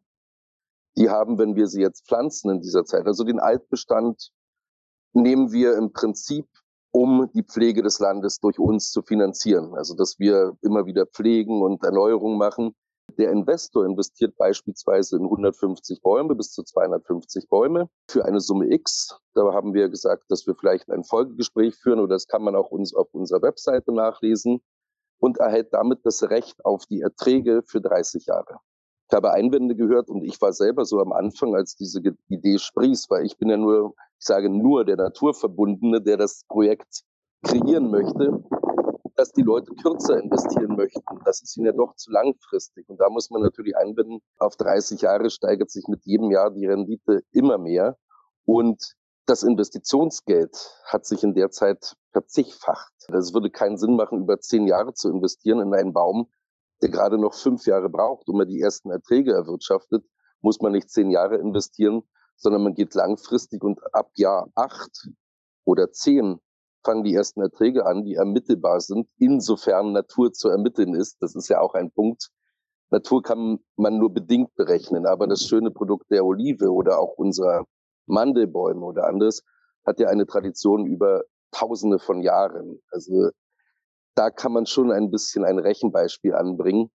Die haben, wenn wir sie jetzt pflanzen in dieser Zeit, also den Altbestand nehmen wir im Prinzip, um die Pflege des Landes durch uns zu finanzieren. Also dass wir immer wieder pflegen und Erneuerung machen. Der Investor investiert beispielsweise in hundertfünfzig Bäume bis zu zweihundertfünfzig Bäume für eine Summe X. Da haben wir gesagt, dass wir vielleicht ein Folgegespräch führen oder das kann man auch uns auf unserer Webseite nachlesen und erhält damit das Recht auf die Erträge für dreißig Jahre. Ich habe Einwände gehört und ich war selber so am Anfang, als diese Idee sprießt, weil ich bin ja nur, ich sage nur der Naturverbundene, der das Projekt kreieren möchte. dass die Leute kürzer investieren möchten. Das ist ihnen ja doch zu langfristig. Und da muss man natürlich einbinden, auf dreißig Jahre steigert sich mit jedem Jahr die Rendite immer mehr. Und das Investitionsgeld hat sich in der Zeit verzigfacht. Es würde keinen Sinn machen, über zehn Jahre zu investieren in einen Baum, der gerade noch fünf Jahre braucht, um er die ersten Erträge erwirtschaftet. Muss man nicht zehn Jahre investieren, sondern man geht langfristig und ab Jahr acht oder zehn fangen die ersten Erträge an, die ermittelbar sind, insofern Natur zu ermitteln ist. Das ist ja auch ein Punkt. Natur kann man nur bedingt berechnen, aber das schöne Produkt der Olive oder auch unserer Mandelbäume oder anderes hat ja eine Tradition über Tausende von Jahren. Also da kann man schon ein bisschen ein Rechenbeispiel anbringen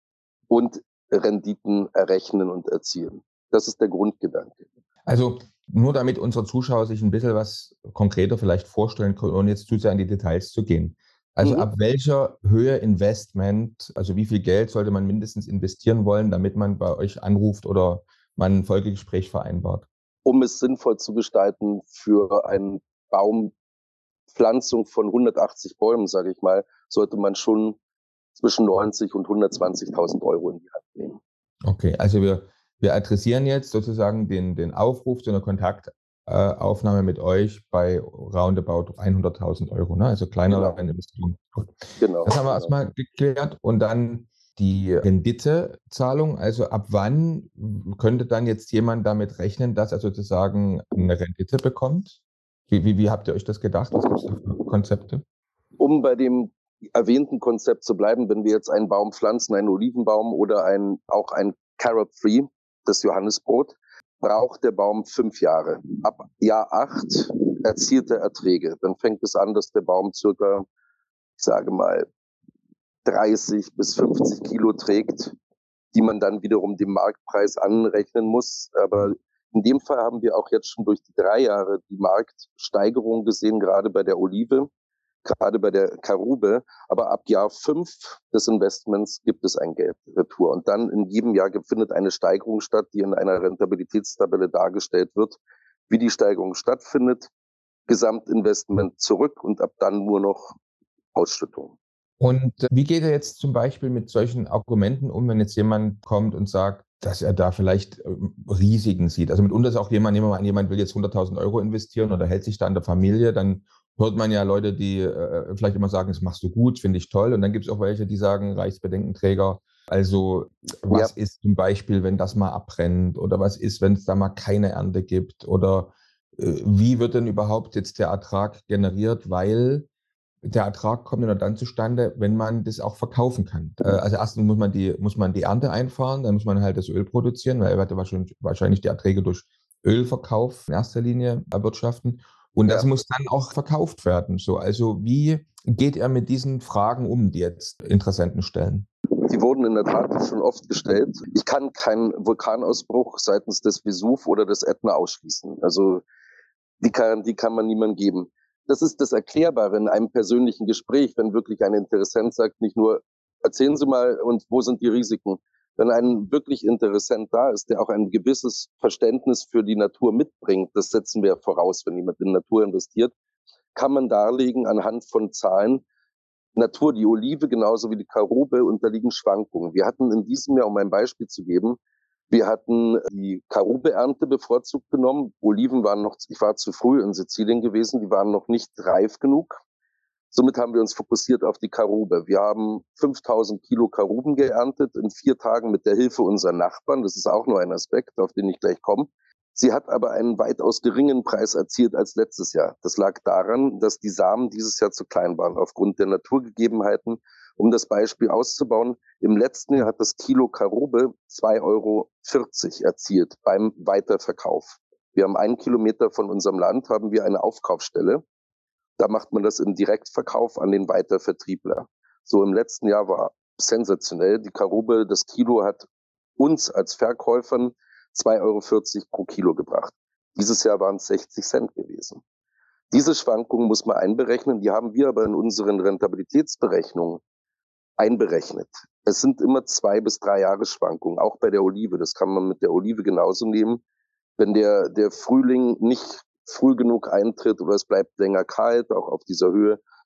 und Renditen errechnen und erzielen. Das ist der Grundgedanke. Also nur damit unsere Zuschauer sich ein bisschen was konkreter vielleicht vorstellen können, ohne jetzt zu sehr in die Details zu gehen. Also mhm. ab welcher Höhe Investment, also wie viel Geld sollte man mindestens investieren wollen, damit man bei euch anruft oder man ein Folgegespräch vereinbart? Um es sinnvoll zu gestalten für eine Baumpflanzung von hundertachtzig Bäumen, sage ich mal, sollte man schon zwischen neunzig und hundertzwanzigtausend Euro in die Hand nehmen. Okay, also wir, wir adressieren jetzt sozusagen den, den Aufruf zu einer Kontaktaufnahme mit euch bei roundabout hunderttausend Euro, ne? Also kleinere genau. Investitionen. Gut. Genau. Das haben wir genau. erstmal geklärt. Und dann die Renditezahlung, also ab wann könnte dann jetzt jemand damit rechnen, dass er sozusagen eine Rendite bekommt? Wie, wie, wie habt ihr euch das gedacht? Was gibt es da für Konzepte? Um bei dem erwähnten Konzept zu bleiben, wenn wir jetzt einen Baum pflanzen, einen Olivenbaum oder ein, auch ein Carrot Tree, das Johannisbrot, braucht der Baum fünf Jahre. Ab Jahr acht erzielt er Erträge. Dann fängt es an, dass der Baum circa, ich sage mal, dreißig bis fünfzig Kilo trägt, die man dann wiederum dem Marktpreis anrechnen muss. Aber in dem Fall haben wir auch jetzt schon durch die drei Jahre die Marktsteigerung gesehen, gerade bei der Olive, gerade bei der Karube. Aber ab Jahr fünf des Investments gibt es ein Geldretour. Und dann in jedem Jahr findet eine Steigerung statt, die in einer Rentabilitätstabelle dargestellt wird, wie die Steigerung stattfindet, Gesamtinvestment zurück und ab dann nur noch Ausschüttung. Und wie geht er jetzt zum Beispiel mit solchen Argumenten um, wenn jetzt jemand kommt und sagt, dass er da vielleicht Risiken sieht? Also mitunter ist auch jemand, nehmen wir mal an, jemand will jetzt hunderttausend Euro investieren oder hält sich da an der Familie, dann hört man ja Leute, die äh, vielleicht immer sagen, das machst du gut, finde ich toll. Und dann gibt es auch welche, die sagen, Reichsbedenkenträger, also was ja. ist zum Beispiel, wenn das mal abbrennt oder was ist, wenn es da mal keine Ernte gibt oder äh, wie wird denn überhaupt jetzt der Ertrag generiert, weil der Ertrag kommt nur dann zustande, wenn man das auch verkaufen kann. Also erstens muss man die, muss man die Ernte einfahren, dann muss man halt das Öl produzieren, weil er wird wahrscheinlich, wahrscheinlich die Erträge durch Ölverkauf in erster Linie erwirtschaften. Und das ja. muss dann auch verkauft werden. So, also wie geht er mit diesen Fragen um, die jetzt Interessenten stellen? Die wurden in der Tat schon oft gestellt. Ich kann keinen Vulkanausbruch seitens des Vesuv oder des Ätna ausschließen. Also die Garantie kann man niemandem geben. Das ist das Erklärbare in einem persönlichen Gespräch, wenn wirklich ein Interessent sagt, nicht nur, erzählen Sie mal, und wo sind die Risiken? Wenn ein wirklich Interessent da ist, der auch ein gewisses Verständnis für die Natur mitbringt, das setzen wir voraus, wenn jemand in die Natur investiert, kann man darlegen anhand von Zahlen, Natur, die Olive genauso wie die Karube unterliegen Schwankungen. Wir hatten in diesem Jahr, um ein Beispiel zu geben, wir hatten die Karube-Ernte bevorzugt genommen. Oliven waren noch, ich war zu früh in Sizilien gewesen, die waren noch nicht reif genug. Somit haben wir uns fokussiert auf die Karube. Wir haben fünftausend Kilo Karuben geerntet in vier Tagen mit der Hilfe unserer Nachbarn. Das ist auch nur ein Aspekt, auf den ich gleich komme. Sie hat aber einen weitaus geringen Preis erzielt als letztes Jahr. Das lag daran, dass die Samen dieses Jahr zu klein waren, aufgrund der Naturgegebenheiten. Um das Beispiel auszubauen, im letzten Jahr hat das Kilo Karube zwei Euro vierzig erzielt beim Weiterverkauf. Wir haben einen Kilometer von unserem Land, haben wir eine Aufkaufsstelle. Da macht man das im Direktverkauf an den Weitervertriebler. So im letzten Jahr war sensationell. Die Karube, das Kilo hat uns als Verkäufern zwei Euro vierzig pro Kilo gebracht. Dieses Jahr waren es sechzig Cent gewesen. Diese Schwankungen muss man einberechnen. Die haben wir aber in unseren Rentabilitätsberechnungen einberechnet. Es sind immer zwei bis drei Jahre Schwankungen, auch bei der Olive. Das kann man mit der Olive genauso nehmen. Wenn der, der Frühling nicht früh genug eintritt oder es bleibt länger kalt, auch auf dieser Höhe,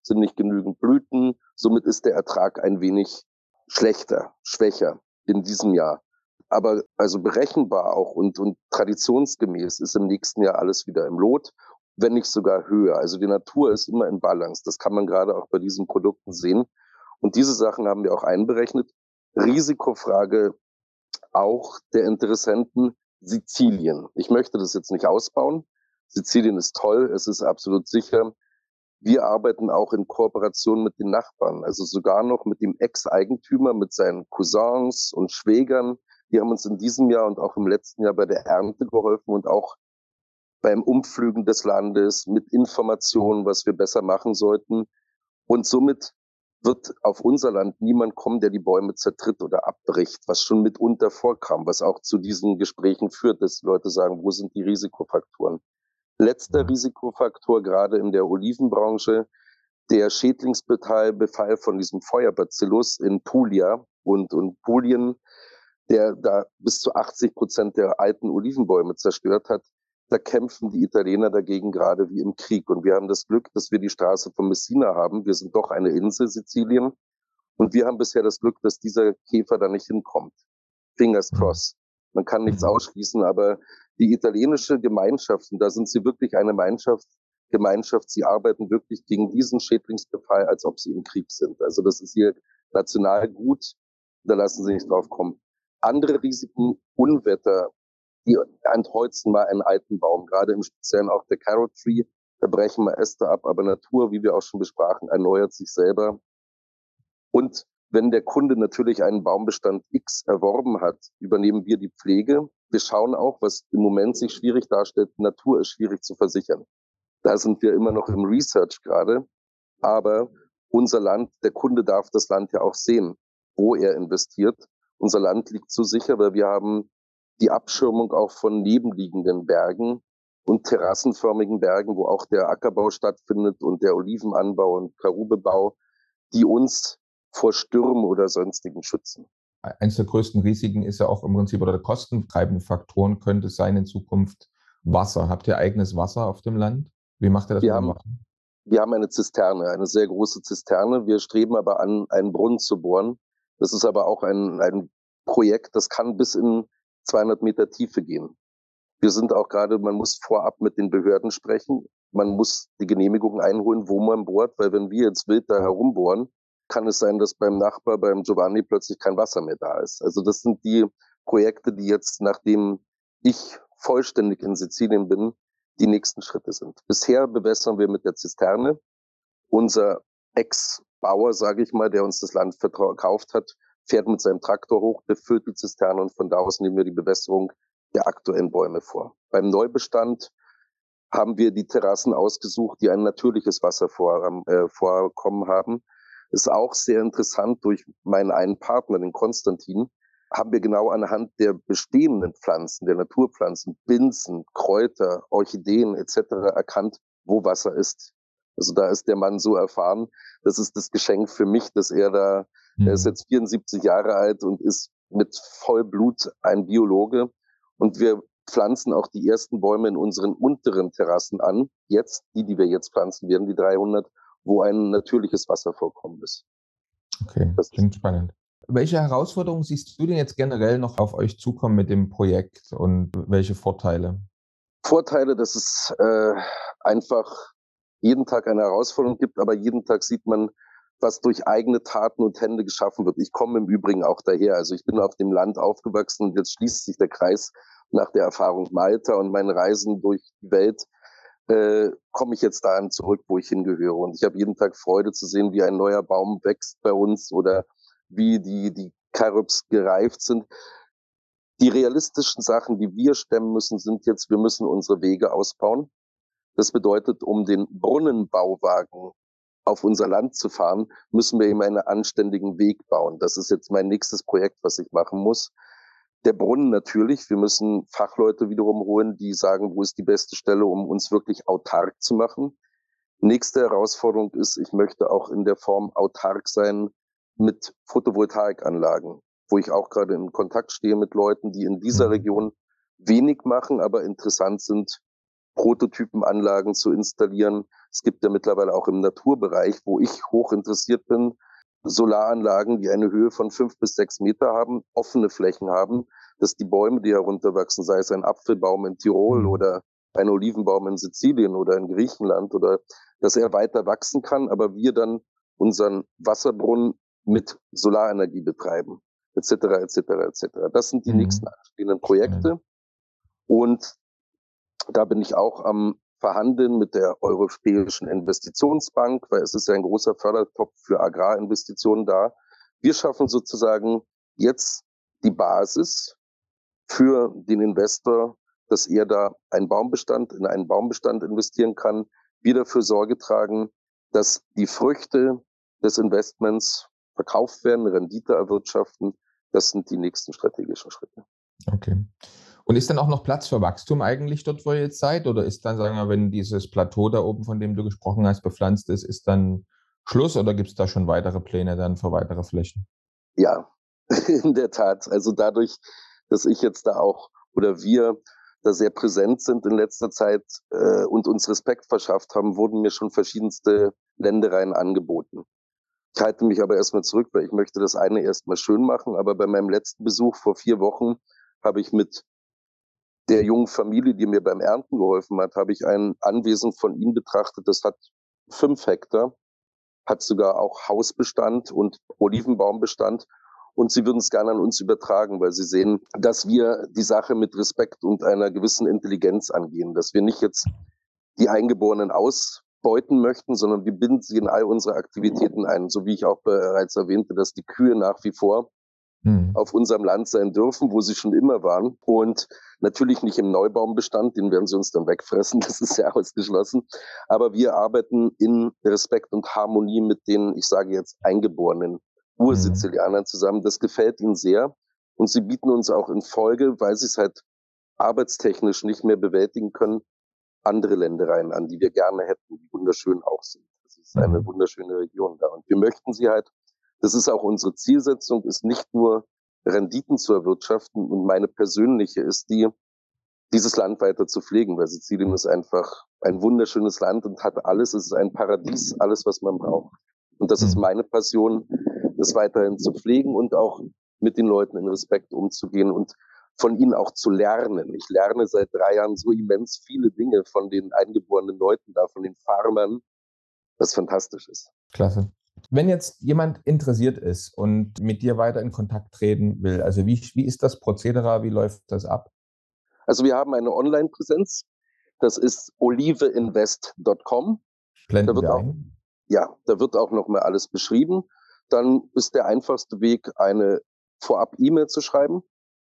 sind nicht genügend Blüten. Somit ist der Ertrag ein wenig schlechter, schwächer in diesem Jahr. Aber also berechenbar auch und, und traditionsgemäß ist im nächsten Jahr alles wieder im Lot, wenn nicht sogar höher. Also die Natur ist immer in Balance. Das kann man gerade auch bei diesen Produkten sehen. Und diese Sachen haben wir auch einberechnet. Risikofrage auch der Interessenten Sizilien. Ich möchte das jetzt nicht ausbauen. Sizilien ist toll, es ist absolut sicher. Wir arbeiten auch in Kooperation mit den Nachbarn, also sogar noch mit dem Ex-Eigentümer, mit seinen Cousins und Schwägern. Die haben uns in diesem Jahr und auch im letzten Jahr bei der Ernte geholfen und auch beim Umpflügen des Landes mit Informationen, was wir besser machen sollten. Und somit wird auf unser Land niemand kommen, der die Bäume zertritt oder abbricht, was schon mitunter vorkam, was auch zu diesen Gesprächen führt, dass die Leute sagen, wo sind die Risikofaktoren? Letzter Risikofaktor, gerade in der Olivenbranche, der Schädlingsbefall von diesem Feuerbacillus in Puglia und, und Puglia, der da bis zu achtzig Prozent der alten Olivenbäume zerstört hat. Da kämpfen die Italiener dagegen gerade wie im Krieg. Und wir haben das Glück, dass wir die Straße von Messina haben. Wir sind doch eine Insel, Sizilien. Und wir haben bisher das Glück, dass dieser Käfer da nicht hinkommt. Fingers crossed. Man kann nichts ausschließen, aber die italienische Gemeinschaft, und da sind sie wirklich eine Gemeinschaft, Gemeinschaft, sie arbeiten wirklich gegen diesen Schädlingsbefall, als ob sie im Krieg sind. Also das ist hier national gut, da lassen sie nicht drauf kommen. Andere Risiken, Unwetter, die enthäusen mal einen alten Baum, gerade im Speziellen auch der Carrot Tree, da brechen wir Äste ab, aber Natur, wie wir auch schon besprachen, erneuert sich selber. Und wenn der Kunde natürlich einen Baumbestand X erworben hat, übernehmen wir die Pflege. Wir schauen auch, was im Moment sich schwierig darstellt, Natur ist schwierig zu versichern. Da sind wir immer noch im Research gerade, aber unser Land, der Kunde darf das Land ja auch sehen, wo er investiert. Unser Land liegt so sicher, weil wir haben die Abschirmung auch von nebenliegenden Bergen und terrassenförmigen Bergen, wo auch der Ackerbau stattfindet und der Olivenanbau und Karubebau, die uns vor Stürmen oder sonstigen schützen. Eines der größten Risiken ist ja auch im Prinzip, oder der kostentreibenden Faktoren könnte sein in Zukunft Wasser. Habt ihr eigenes Wasser auf dem Land? Wie macht ihr das? Wir haben, wir haben eine Zisterne, eine sehr große Zisterne. Wir streben aber an, einen Brunnen zu bohren. Das ist aber auch ein, ein Projekt, das kann bis in zweihundert Meter Tiefe gehen. Wir sind auch gerade, man muss vorab mit den Behörden sprechen. Man muss die Genehmigung einholen, wo man bohrt, weil wenn wir jetzt wild da herumbohren, kann es sein, dass beim Nachbar, beim Giovanni, plötzlich kein Wasser mehr da ist. Also das sind die Projekte, die jetzt, nachdem ich vollständig in Sizilien bin, die nächsten Schritte sind. Bisher bewässern wir mit der Zisterne. Unser Ex-Bauer, sage ich mal, der uns das Land verkauft hat, fährt mit seinem Traktor hoch, befüllt die Zisterne und von da aus nehmen wir die Bewässerung der aktuellen Bäume vor. Beim Neubestand haben wir die Terrassen ausgesucht, die ein natürliches Wasservorkommen äh, haben. Ist auch sehr interessant. Durch meinen einen Partner, den Konstantin, haben wir genau anhand der bestehenden Pflanzen, der Naturpflanzen, Binsen, Kräuter, Orchideen et cetera erkannt, wo Wasser ist. Also da ist der Mann so erfahren. Das ist das Geschenk für mich, dass er da, mhm. er ist jetzt vierundsiebzig Jahre alt und ist mit Vollblut ein Biologe. Und wir pflanzen auch die ersten Bäume in unseren unteren Terrassen an. Jetzt, die, die wir jetzt pflanzen werden, die dreihundert, wo ein natürliches Wasservorkommen ist. Okay, das klingt spannend. Welche Herausforderungen siehst du denn jetzt generell noch auf euch zukommen mit dem Projekt und welche Vorteile? Vorteile, dass es äh, einfach jeden Tag eine Herausforderung gibt, aber jeden Tag sieht man, was durch eigene Taten und Hände geschaffen wird. Ich komme im Übrigen auch daher. Also ich bin auf dem Land aufgewachsen und jetzt schließt sich der Kreis nach der Erfahrung Malta und meinen Reisen durch die Welt. Äh, komme ich jetzt dahin zurück, wo ich hingehöre. Und ich habe jeden Tag Freude zu sehen, wie ein neuer Baum wächst bei uns oder wie die, die Carobs gereift sind. Die realistischen Sachen, die wir stemmen müssen, sind jetzt, wir müssen unsere Wege ausbauen. Das bedeutet, um den Brunnenbauwagen auf unser Land zu fahren, müssen wir eben einen anständigen Weg bauen. Das ist jetzt mein nächstes Projekt, was ich machen muss. Der Brunnen natürlich. Wir müssen Fachleute wiederum holen, die sagen, wo ist die beste Stelle, um uns wirklich autark zu machen. Nächste Herausforderung ist, ich möchte auch in der Form autark sein mit Photovoltaikanlagen, wo ich auch gerade in Kontakt stehe mit Leuten, die in dieser Region wenig machen, aber interessant sind Prototypenanlagen zu installieren. Es gibt ja mittlerweile auch im Naturbereich, wo ich hoch interessiert bin, Solaranlagen, die eine Höhe von fünf bis sechs Meter haben, offene Flächen haben, dass die Bäume, die herunterwachsen, sei es ein Apfelbaum in Tirol mhm. oder ein Olivenbaum in Sizilien oder in Griechenland, oder dass er weiter wachsen kann, aber wir dann unseren Wasserbrunnen mit Solarenergie betreiben, et cetera, et cetera, et cetera. Das sind die mhm. nächsten anstehenden Projekte. Und da bin ich auch am Verhandeln mit der Europäischen Investitionsbank, weil es ist ja ein großer Fördertopf für Agrarinvestitionen da. Wir schaffen sozusagen jetzt die Basis für den Investor, dass er da einen Baumbestand, in einen Baumbestand investieren kann. Wir dafür Sorge tragen, dass die Früchte des Investments verkauft werden, Rendite erwirtschaften. Das sind die nächsten strategischen Schritte. Okay. Und ist dann auch noch Platz für Wachstum eigentlich dort, wo ihr jetzt seid? Oder ist dann, sagen wir, wenn dieses Plateau da oben, von dem du gesprochen hast, bepflanzt ist, ist dann Schluss, oder gibt es da schon weitere Pläne dann für weitere Flächen? Ja, in der Tat. Also dadurch, dass ich jetzt da auch oder wir da sehr präsent sind in letzter Zeit äh, und uns Respekt verschafft haben, wurden mir schon verschiedenste Ländereien angeboten. Ich halte mich aber erstmal zurück, weil ich möchte das eine erstmal schön machen. Aber bei meinem letzten Besuch vor vier Wochen habe ich mit der jungen Familie, die mir beim Ernten geholfen hat, habe ich ein Anwesen von ihnen betrachtet. Das hat fünf Hektar, hat sogar auch Hausbestand und Olivenbaumbestand. Und sie würden es gerne an uns übertragen, weil sie sehen, dass wir die Sache mit Respekt und einer gewissen Intelligenz angehen. Dass wir nicht jetzt die Eingeborenen ausbeuten möchten, sondern wir binden sie in all unsere Aktivitäten ein. So wie ich auch bereits erwähnte, dass die Kühe nach wie vor hm. auf unserem Land sein dürfen, wo sie schon immer waren. Und natürlich nicht im Neubaumbestand, den werden sie uns dann wegfressen, das ist ja ausgeschlossen. Aber wir arbeiten in Respekt und Harmonie mit den, ich sage jetzt, Eingeborenen Ursizilianern zusammen. Das gefällt ihnen sehr. Und sie bieten uns auch in Folge, weil sie es halt arbeitstechnisch nicht mehr bewältigen können, andere Ländereien an, die wir gerne hätten, die wunderschön auch sind. Das ist eine mhm. wunderschöne Region da. Und wir möchten sie halt, das ist auch unsere Zielsetzung, ist nicht nur Renditen zu erwirtschaften, und meine persönliche ist die, dieses Land weiter zu pflegen, weil Sizilien ist einfach ein wunderschönes Land und hat alles, es ist ein Paradies, alles, was man braucht. Und das mhm. ist meine Passion, das weiterhin zu pflegen und auch mit den Leuten in Respekt umzugehen und von ihnen auch zu lernen. Ich lerne seit drei Jahren so immens viele Dinge von den eingeborenen Leuten da, von den Farmern, was fantastisch ist. Klasse. Wenn jetzt jemand interessiert ist und mit dir weiter in Kontakt treten will, also wie, wie ist das Prozedere, wie läuft das ab? Also wir haben eine Online-Präsenz, das ist oliveinvest Punkt com. Blenden da wird wir auch, ein. Ja, da wird auch nochmal alles beschrieben. Dann ist der einfachste Weg, eine Vorab-E-Mail zu schreiben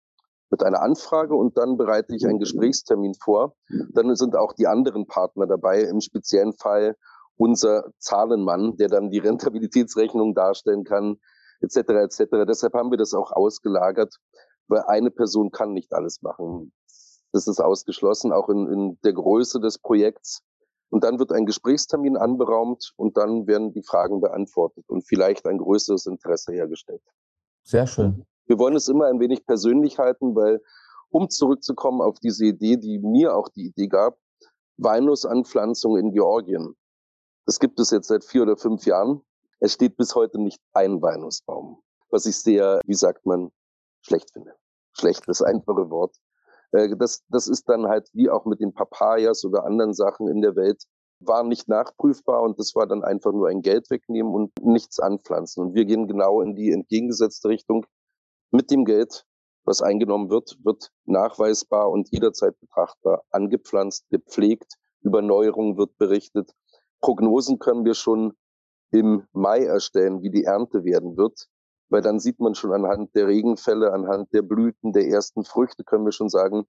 mit einer Anfrage, und dann bereite ich einen Gesprächstermin vor. Dann sind auch die anderen Partner dabei, im speziellen Fall unser Zahlenmann, der dann die Rentabilitätsrechnung darstellen kann, et cetera et cetera. Deshalb haben wir das auch ausgelagert, weil eine Person kann nicht alles machen. Das ist ausgeschlossen, auch in, in der Größe des Projekts. Und dann wird ein Gesprächstermin anberaumt und dann werden die Fragen beantwortet und vielleicht ein größeres Interesse hergestellt. Sehr schön. Wir wollen es immer ein wenig persönlich halten, weil, um zurückzukommen auf diese Idee, die mir auch die Idee gab, Walnussanpflanzung in Georgien. Das gibt es jetzt seit vier oder fünf Jahren. Es steht bis heute nicht ein Walnussbaum, was ich sehr, wie sagt man, schlecht finde. Schlecht, das einfache Wort. Das, das ist dann halt wie auch mit den Papayas oder anderen Sachen in der Welt, war nicht nachprüfbar, und das war dann einfach nur ein Geld wegnehmen und nichts anpflanzen. Und wir gehen genau in die entgegengesetzte Richtung. Mit dem Geld, was eingenommen wird, wird nachweisbar und jederzeit betrachtbar angepflanzt, gepflegt, über Neuerungen wird berichtet. Prognosen können wir schon im Mai erstellen, wie die Ernte werden wird, weil dann sieht man schon anhand der Regenfälle, anhand der Blüten, der ersten Früchte, können wir schon sagen,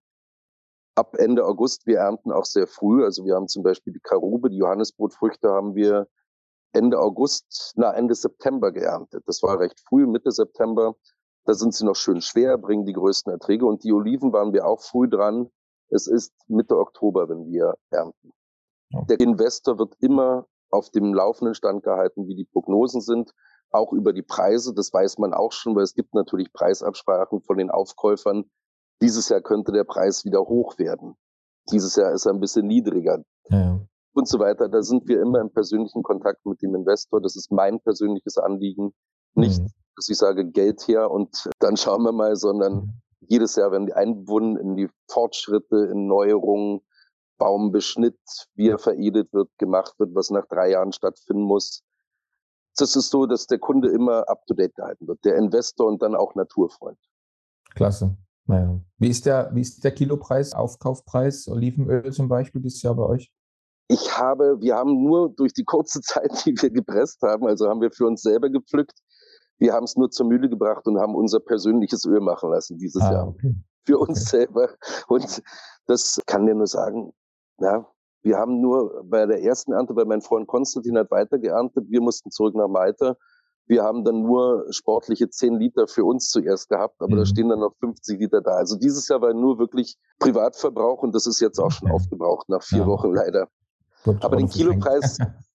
ab Ende August, wir ernten auch sehr früh, also wir haben zum Beispiel die Karube, die Johannisbrotfrüchte haben wir Ende August, na Ende September geerntet. Das war recht früh, Mitte September. Da sind sie noch schön schwer, bringen die größten Erträge. Und die Oliven waren wir auch früh dran. Es ist Mitte Oktober, wenn wir ernten. Ja. Der Investor wird immer auf dem laufenden Stand gehalten, wie die Prognosen sind, auch über die Preise. Das weiß man auch schon, weil es gibt natürlich Preisabsprachen von den Aufkäufern. Dieses Jahr könnte der Preis wieder hoch werden. Dieses Jahr ist er ein bisschen niedriger. Ja. Und so weiter. Da sind wir immer im persönlichen Kontakt mit dem Investor. Das ist mein persönliches Anliegen. Nicht, Mhm. dass ich sage, Geld her und dann schauen wir mal, sondern Mhm. jedes Jahr werden die eingebunden in die Fortschritte, in Neuerungen, Baumbeschnitt, wie er veredelt wird, gemacht wird, was nach drei Jahren stattfinden muss. Das ist so, dass der Kunde immer up-to-date gehalten wird. Der Investor und dann auch Naturfreund. Klasse. Naja. Wie ist der, wie ist der Kilopreis, Aufkaufpreis, Olivenöl zum Beispiel dieses Jahr bei euch? Ich habe, wir haben nur durch die kurze Zeit, die wir gepresst haben, also haben wir für uns selber gepflückt, wir haben es nur zur Mühle gebracht und haben unser persönliches Öl machen lassen dieses Ah, Jahr. okay. Für Okay. uns selber. Und das kann dir nur sagen, ja, wir haben nur bei der ersten Ernte, weil mein Freund Konstantin hat weiter geerntet, wir mussten zurück nach Malta. Wir haben dann nur sportliche zehn Liter für uns zuerst gehabt, aber da Mhm. stehen dann noch fünfzig Liter da. Also dieses Jahr war nur wirklich Privatverbrauch und das ist jetzt auch schon Okay. aufgebraucht nach vier Ja. Wochen leider. Gut, Aber den oder verschenkt. Kilopreis,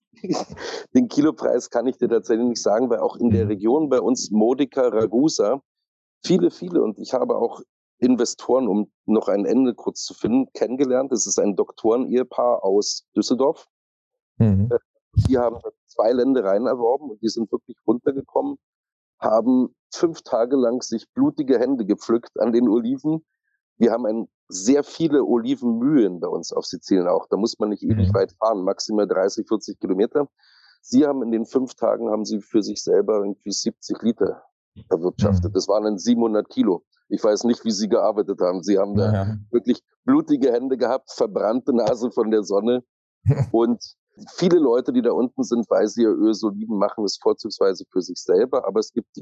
den Kilopreis kann ich dir tatsächlich nicht sagen, weil auch in der Mhm. Region bei uns Modica, Ragusa, viele, viele, und ich habe auch Investoren, um noch ein Ende kurz zu finden, kennengelernt. Das ist ein Doktoren-Ehepaar aus Düsseldorf. Mhm. Die haben zwei Ländereien erworben und die sind wirklich runtergekommen, haben fünf Tage lang sich blutige Hände gepflückt an den Oliven. Wir haben ein, sehr viele Olivenmühlen bei uns auf Sizilien auch. Da muss man nicht ewig Mhm. weit fahren, maximal dreißig, vierzig Kilometer. Sie haben in den fünf Tagen, haben sie für sich selber irgendwie siebzig Liter erwirtschaftet. Mhm. Das waren dann siebenhundert Kilo. Ich weiß nicht, wie sie gearbeitet haben. Sie haben da Naja. wirklich blutige Hände gehabt, verbrannte Nase von der Sonne. Und viele Leute, die da unten sind, weil sie ihr Öl so lieben, machen es vorzugsweise für sich selber. Aber es gibt die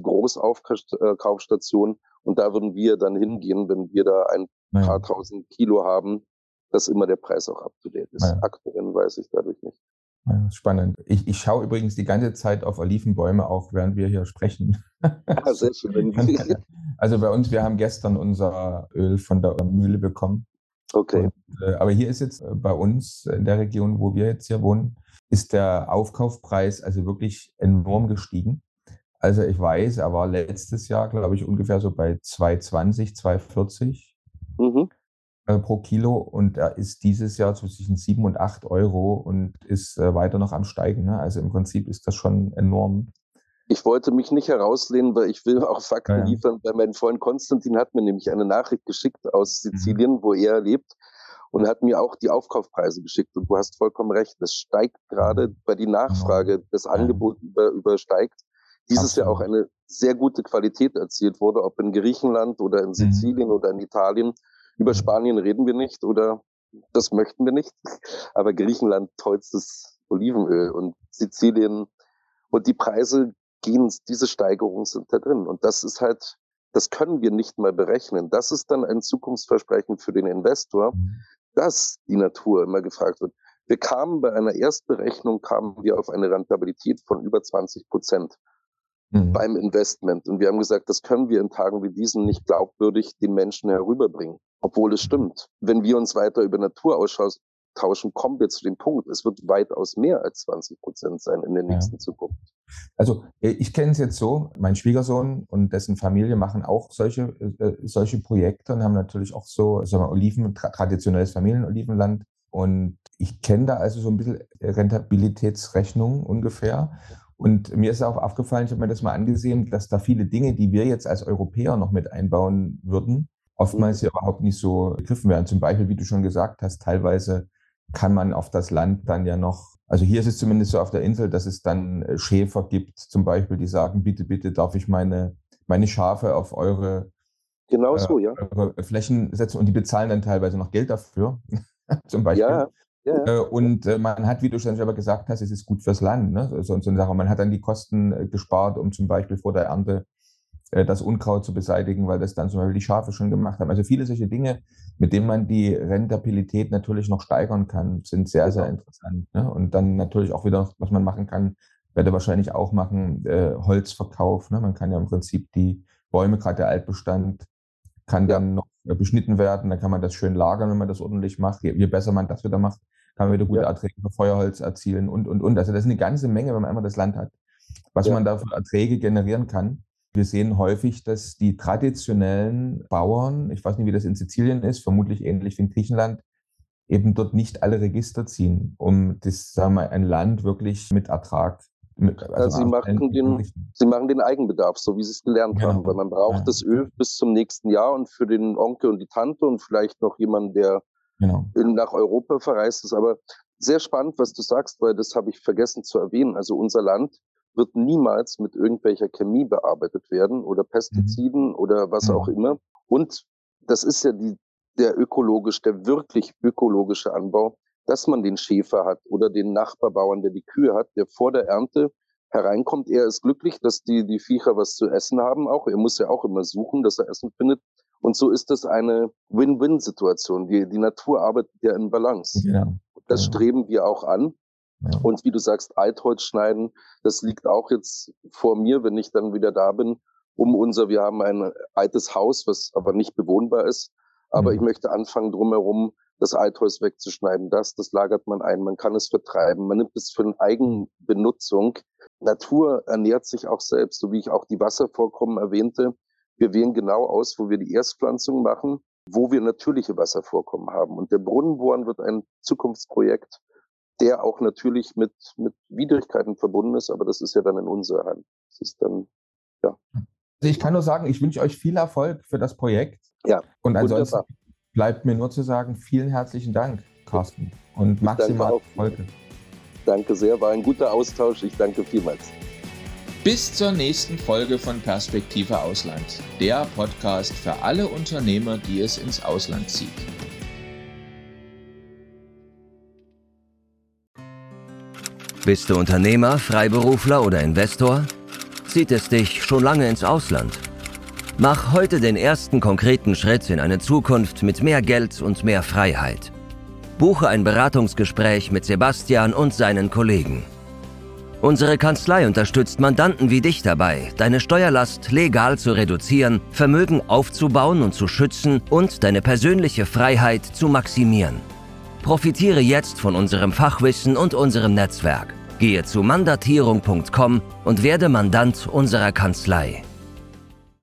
Großaufkaufstation und da würden wir dann hingehen, wenn wir da ein Naja. paar tausend Kilo haben, dass immer der Preis auch up-to-date ist. Naja. Aktuell weiß ich dadurch nicht. Ja, spannend. Ich, ich schaue übrigens die ganze Zeit auf Olivenbäume, auch während wir hier sprechen. Ah, sehr schön. Also bei uns, wir haben gestern unser Öl von der Mühle bekommen. Okay. Und, äh, aber hier ist jetzt äh, bei uns in der Region, wo wir jetzt hier wohnen, ist der Aufkaufpreis also wirklich enorm gestiegen. Also ich weiß, er war letztes Jahr, glaube ich, ungefähr so bei zwei zwanzig, zwei vierzig Mhm. äh, pro Kilo und er ist dieses Jahr zwischen sieben und acht Euro und ist äh, weiter noch am Steigen. Ne? Also im Prinzip ist das schon enorm. Ich wollte mich nicht herauslehnen, weil ich will auch Fakten Ja, ja. liefern, weil mein Freund Konstantin hat mir nämlich eine Nachricht geschickt aus Sizilien, Mhm. wo er lebt, und hat mir auch die Aufkaufpreise geschickt. Und du hast vollkommen recht, es steigt gerade, weil die Nachfrage das Angebot über, übersteigt. Dieses Jahr auch Absolut. eine sehr gute Qualität erzielt wurde, ob in Griechenland oder in Mhm. Sizilien oder in Italien. Über Mhm. Spanien reden wir nicht oder das möchten wir nicht. Aber Griechenland tollstes Olivenöl und Sizilien und die Preise gehen, diese Steigerungen sind da drin. Und das ist halt, das können wir nicht mal berechnen. Das ist dann ein Zukunftsversprechen für den Investor, Mhm. dass die Natur immer gefragt wird. Wir kamen bei einer Erstberechnung, kamen wir auf eine Rentabilität von über zwanzig Prozent Mhm. beim Investment. Und wir haben gesagt, das können wir in Tagen wie diesen nicht glaubwürdig den Menschen herüberbringen. Obwohl es stimmt. Wenn wir uns weiter über Natur austauschen, kommen wir zu dem Punkt, es wird weitaus mehr als zwanzig Prozent sein in der Ja. nächsten Zukunft. Also äh, ich kenne es jetzt so, mein Schwiegersohn und dessen Familie machen auch solche, äh, solche Projekte und haben natürlich auch so, sagen wir, Oliven, tra traditionelles Familienolivenland. Und ich kenne da also so ein bisschen Rentabilitätsrechnung ungefähr. Und mir ist auch aufgefallen, ich habe mir das mal angesehen, dass da viele Dinge, die wir jetzt als Europäer noch mit einbauen würden, oftmals ja überhaupt nicht so begriffen werden. Zum Beispiel, wie du schon gesagt hast, teilweise kann man auf das Land dann ja noch, also hier ist es zumindest so auf der Insel, dass es dann Schäfer gibt, zum Beispiel, die sagen, bitte, bitte darf ich meine, meine Schafe auf eure, Genau äh, so, ja. eure Flächen setzen und die bezahlen dann teilweise noch Geld dafür, zum Beispiel. Ja, ja, Äh, und äh, man hat, wie du schon selber gesagt hast, es ist gut fürs Land, ne? So, so eine Sache. Man hat dann die Kosten äh, gespart, um zum Beispiel vor der Ernte äh, das Unkraut zu beseitigen, weil das dann zum Beispiel die Schafe schon gemacht haben. Also viele solche Dinge, mit denen man die Rentabilität natürlich noch steigern kann, sind sehr, sehr genau. interessant. Ne? Und dann natürlich auch wieder, was man machen kann, werde wahrscheinlich auch machen, äh, Holzverkauf. Ne? Man kann ja im Prinzip die Bäume, gerade der Altbestand, kann Ja. dann noch äh, beschnitten werden. Dann kann man das schön lagern, wenn man das ordentlich macht. Je, je besser man das wieder macht, kann man wieder gute Ja. Erträge für Feuerholz erzielen und, und, und. Also das ist eine ganze Menge, wenn man einmal das Land hat, was Ja. man da für Erträge generieren kann. Wir sehen häufig, dass die traditionellen Bauern, ich weiß nicht, wie das in Sizilien ist, vermutlich ähnlich wie in Griechenland, eben dort nicht alle Register ziehen, um das, sagen wir, ein Land wirklich mit Ertrag. Mit, also ja, sie, machen den, sie machen den Eigenbedarf, so wie sie es gelernt genau. haben, weil man braucht ja. das Öl bis zum nächsten Jahr und für den Onkel und die Tante und vielleicht noch jemanden, der genau. in, nach Europa verreist ist. Aber sehr spannend, was du sagst, weil das habe ich vergessen zu erwähnen. Also unser Land wird niemals mit irgendwelcher Chemie bearbeitet werden oder Pestiziden mhm. oder was mhm. auch immer. Und das ist ja die, der ökologisch, der wirklich ökologische Anbau, dass man den Schäfer hat oder den Nachbarbauern, der die Kühe hat, der vor der Ernte hereinkommt. Er ist glücklich, dass die, die Viecher was zu essen haben auch. Er muss ja auch immer suchen, dass er Essen findet. Und so ist das eine Win-Win-Situation. Die, die Natur arbeitet ja in Balance. Genau. Das genau. streben wir auch an. Ja. Und wie du sagst, Altholz schneiden, das liegt auch jetzt vor mir, wenn ich dann wieder da bin, um unser, wir haben ein altes Haus, was aber nicht bewohnbar ist. Aber mhm. ich möchte anfangen, drumherum das Altholz wegzuschneiden. Das, das lagert man ein, man kann es vertreiben, man nimmt es für eine Eigenbenutzung. Natur ernährt sich auch selbst, so wie ich auch die Wasservorkommen erwähnte. Wir wählen genau aus, wo wir die Erstpflanzung machen, wo wir natürliche Wasservorkommen haben. Und der Brunnenbohren wird ein Zukunftsprojekt, der auch natürlich mit, mit Widrigkeiten verbunden ist, aber das ist ja dann in unserer Hand. Das ist dann, ja. Also ich kann nur sagen, ich wünsche euch viel Erfolg für das Projekt. Ja, und ansonsten wunderbar. Bleibt mir nur zu sagen, vielen herzlichen Dank, Carsten, und maximal Erfolg. Danke sehr, war ein guter Austausch. Ich danke vielmals. Bis zur nächsten Folge von Perspektive Ausland, der Podcast für alle Unternehmer, die es ins Ausland zieht. Bist du Unternehmer, Freiberufler oder Investor? Zieht es dich schon lange ins Ausland? Mach heute den ersten konkreten Schritt in eine Zukunft mit mehr Geld und mehr Freiheit. Buche ein Beratungsgespräch mit Sebastian und seinen Kollegen. Unsere Kanzlei unterstützt Mandanten wie dich dabei, deine Steuerlast legal zu reduzieren, Vermögen aufzubauen und zu schützen und deine persönliche Freiheit zu maximieren. Profitiere jetzt von unserem Fachwissen und unserem Netzwerk. Gehe zu mandatierung punkt com und werde Mandant unserer Kanzlei.